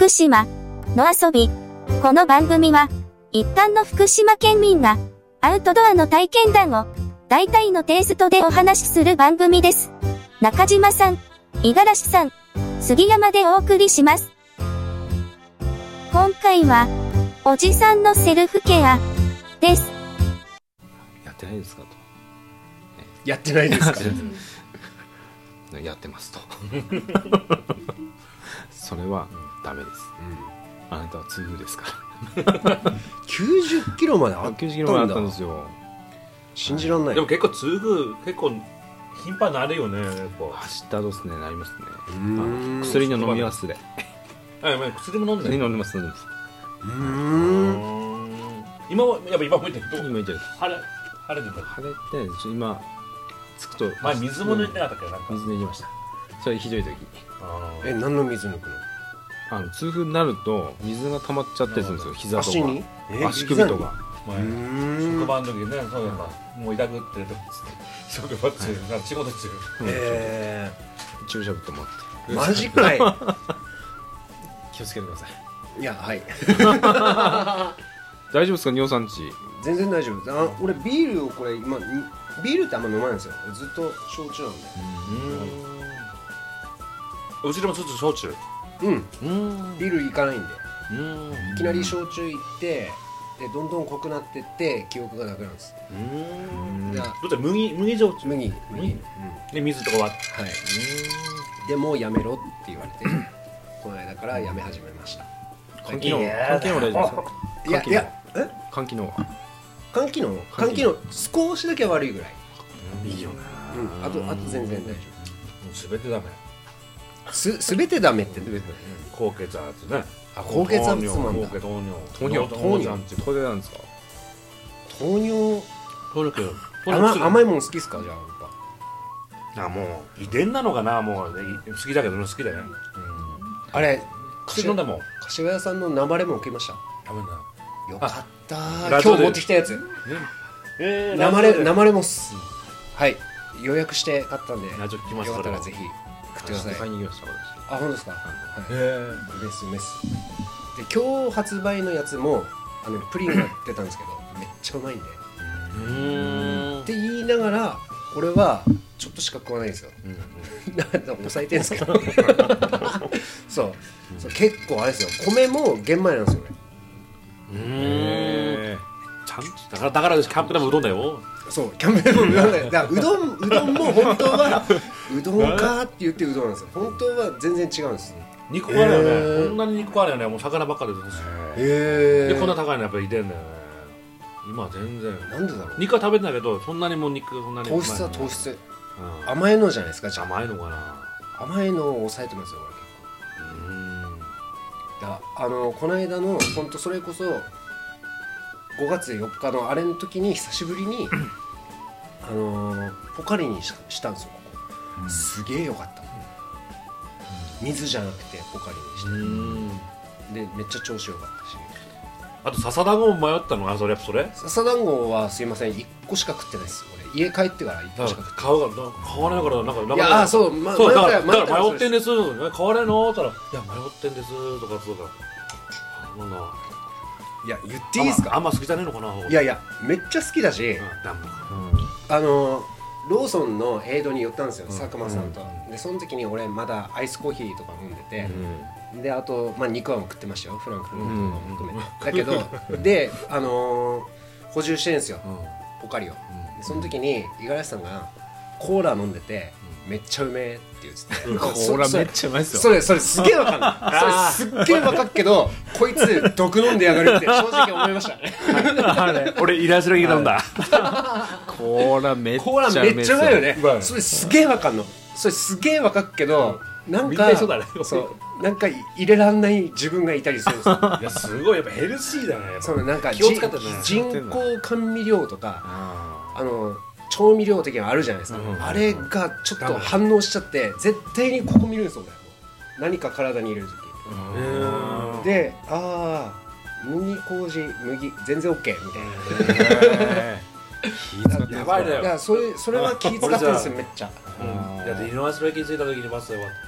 福島の遊び。この番組は、一般の福島県民が、アウトドアの体験談を、大体のテイストでお話しする番組です。中島さん、五十嵐さん、杉山でお送りします。今回は、おじさんのセルフケア、です。 やってないですかと。 やってないですかやってますと。それはダメです。あなたは痛風ですから 90キロまであったんだ。 90キロまであったんですよ。 信じらんない。 でも結構痛風結構頻繁になるよね。やっぱ走った後ですね、なりますね。薬の飲み忘れ。 薬も飲んでる。 飲んでます。 今はやっぱ今向いてる。 今いてる。 晴れてた。 晴れて今つくと前水も抜いてなかったっけ。なんか水抜きました。それひどい時。 何の水抜くの？ 痛風になると水が溜まっちゃってるんですよ。膝とか足に足首とか。 職場の時ね、そうやっぱもう痛くって職場中仕事中注射ぶってもらってマジかい気をつけてください。 いや、はい大丈夫ですか、尿酸値？ 全然大丈夫。俺ビールをこれ今ビールってあんま飲まないんですよ。ずっと焼酎なんで。 うちでもずっと焼酎。 ビールいかないんで、いきなり焼酎いってでどんどん濃くなってって記憶がなくなるんです。 だって麦焼酎。 麦で水とかははい。 でもうやめろって言われてこの間からやめ始めました。 肝機能大丈夫ですか？ いや肝機能少しだけ悪いぐらい。 いいよね。 あと全然大丈夫。すべてダメ。 すべてダメって高血圧ね。 高血圧もなんだ。 糖尿なんですか？ 糖尿甘いもの好きっすか？じゃあもう遺伝なのかな。もう好きだけど好きだよね。 あれ薬飲んだもん。 柏屋さんの生レモン食いました？ 食べな。 よかった。今日持ってきたやつ。生レモンっす。はい、予約して買ったんで、よかったらぜひ食ってください。 買いに行きました。 あ、本当ですか？うめす。で今日発売のやつもプリンが出たんですけどめっちゃうまいんで。って言いながら俺はちょっとしか食わないんですよ。抑えてんすけど。そう結構あれですよ。米も玄米なんですよね。 ちゃんとだからキャンプでもうどんだよ。 そう、キャンプでもうどんだよ。だからうどんも本当はうどんかって言ってうどんなんですよ。本当は全然違うんです。 肉があるよね。こんなに肉あるよね。もう魚ばっかりです。でこんな高いのやっぱり遺伝だよね。今全然なんでだろう。 肉は食べてないけどそんなにもう肉そんなに糖質は糖質。甘いのじゃないですか。じゃあ甘いのかな。 甘いのを抑えてますよ俺結構。この間の本当それこそ5月4日のあれの時に久しぶりにポカリにしたんですよ。ここすげえよかった。水じゃなくてポカリにしてでめっちゃ調子よかったし。 あと笹団子も迷ったのがそれ笹団子はすいません1個しか食ってないです。俺家帰ってから1個しか食ってない。 買わないからなんかいやそうだから迷ってんです買わないのって言ったらいや迷ってんですとかなんだ。 いや言っていいですか？ あんま好きじゃねえのかな。 いやめっちゃ好きだし、ローソンのエイドに寄ったんですよ、佐久間さんと。でその時に俺まだアイスコーヒーとか飲んでて、であと肉はも食ってましたよ、フランクフルトとかも含めて。だけどで補充してるんですよ、ポカリを。でその時に五十嵐さんがコーラ飲んでてめっちゃうめえって言ってて、 コーラめっちゃうまいっすよ。 それすげえわかんない。それすっげえわかっけどこいつ毒飲んでやがるって正直思いましたね。 俺イラスト飲んだ。 コーラめっちゃうまいよね。それすげえわかんの。それすげえわかっけどなんかなんか入れらんない自分がいたりするんですよ。 いやすごいやっぱヘルシーだね。 そうなんか気を使ってね。 人工甘味料とか調味料的なのあるじゃないですか。あれがちょっと反応しちゃって絶対にここ見るんですよ俺。何か体に入れる時で麦麹麦全然 OK みたいな。 やばいね。 それは気使ってるんですよめっちゃ。 いやで井上それ気づいた時にバスで終わった。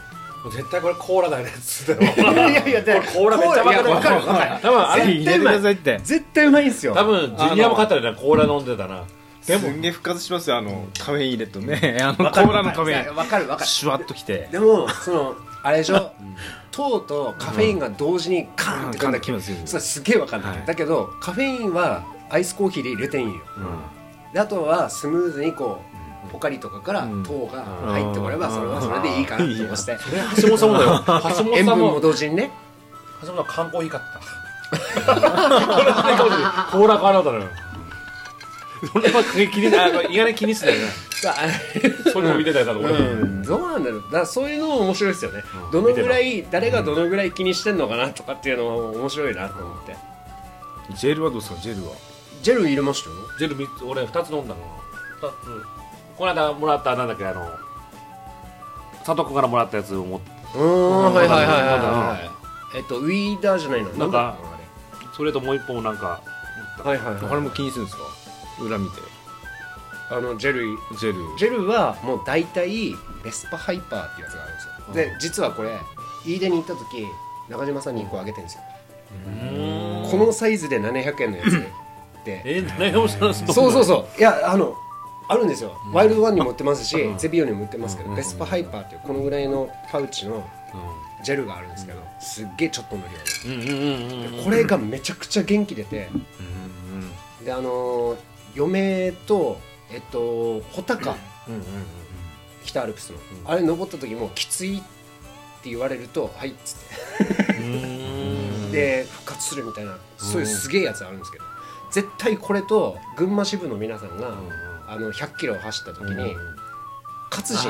絶対これコーラだよねっつっていやいや、 これコーラめっちゃわかる多分あれ入れてくださいって絶対うまいんすよ。 多分ジュニアも勝ったらねコーラ飲んでたな。 でもすんげえ復活しますよカフェイン入れとねコーラのカフェインわかるわかる。 シュワッときてでもあれでしょ、糖とカフェインが同時にカーンってくるんだけど、それすげえわかんない。だけどカフェインはアイスコーヒーで入れていいよ。であとはスムーズにこうポカリとかから糖が入ってこればそれはそれでいいかなと思って。 それ橋本さんもだよ。橋本さんも塩分も同時にね。 橋本さん缶コーヒー買った。コーラ買わなかったのよ。それは気に意外に気にしてたよね。そういうの見てたよなと思って。 どうなんだろう。だからそういうのも面白いですよね。どのぐらい誰がどのぐらい気にしてんのかなとかっていうのも面白いなと思って。 ジェルはどうですか？ジェルはジェル入れましたよ。 ジェル3つ俺2つ飲んだの。2つこの間もらったなんだっけ佐藤君からもらったやつを持ってはいはいはいウィーダーじゃないのなんかそれともう一本なんかはいはいあれも気にするんですか？裏見てジェルはもう大体ベスパハイパーっていうやつがあるんですよ。で実はこれ飯田に行った時中島さんに1個あげてるんですよ。このサイズで700円のやつでそういやあるんですよ。ワイルドワンにも売ってますしゼビオにも売ってますけどベスパハイパーっていうこのぐらいのパウチのジェルがあるんですけどすっげえちょっとの量でこれがめちゃくちゃ元気出てで嫁と穂高北アルプスのあれ登った時もきついって言われるとはいっつってで復活するみたいなそういうすげえやつあるんですけど絶対これと群馬支部の皆さんが100キロ走った時に活人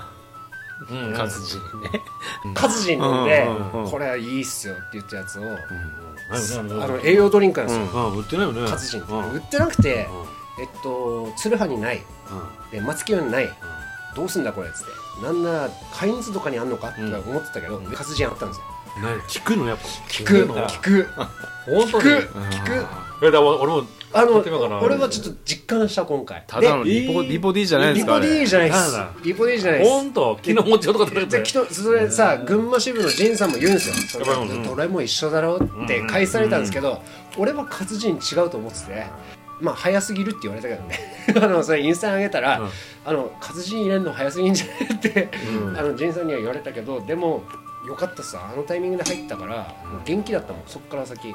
飲んでこれはいいっすよって言ったやつを栄養ドリンクなんですよ。 売ってないよね。 活人って売ってなくて鶴葉にないで松清にないどうすんだこれっつってなんならカインズとかにあんのかって思ってたけど活人あったんですよ。 聞くのやっぱ聞く本当に聞くだ俺も俺はちょっと実感した今回ただのリポ D じゃないですか？ リポ D じゃないですリポ D じゃないです。 本当昨日もちょっとか食べてそれさ群馬支部のジンさんも言うんですよ。どれも一緒だろって返されたんですけど俺は活人違うと思っててまあ早すぎるって言われたけどねそれインスタに上げたら活人入れるの早すぎんじゃねってジンさんには言われたけどでもよかったさタイミングで入ったから元気だったもんそっから先。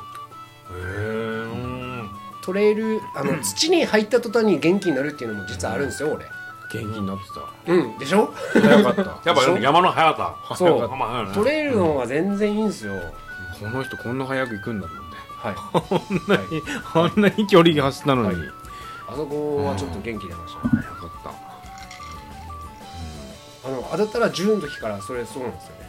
トレイル土に入った途端に元気になるっていうのも実はあるんですよ俺。 元気になってた。 でしょ？ 早かった。 やっぱ山の速さ。 そうトレイルの方が全然いいんですよ。 この人こんな早く行くんだもんね。 はいあんなに距離が走ったのにあそこはちょっと元気出ました。 早かった。 あだたら10の時からそれそうなんですよね。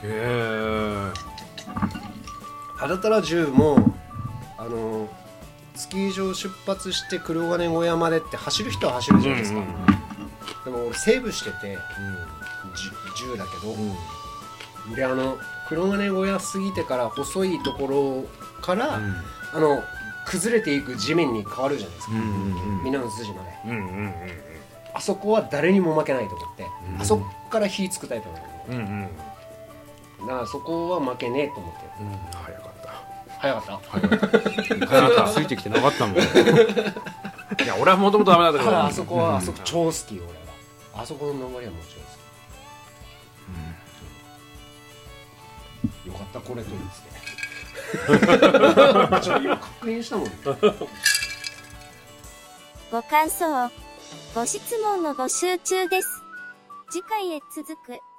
あだたら10もスキー場出発して黒金小屋までって走る人は走るじゃないですか。でも俺セーブしてて10だけどで黒金小屋過ぎてから細いところから崩れていく地面に変わるじゃないですか皆の筋まで。あそこは誰にも負けないと思ってあそこから火つくタイプなの。だからそこは負けねえと思って。早かったついてきてなかったもん。 いや俺はもともとダメだったけどあそこはあそこ超好き俺は。あそこの登りはもちろん好き。よかったこれとですね。ちょっと今確認したもん。 ご感想ご質問の募集中です。次回へ続く。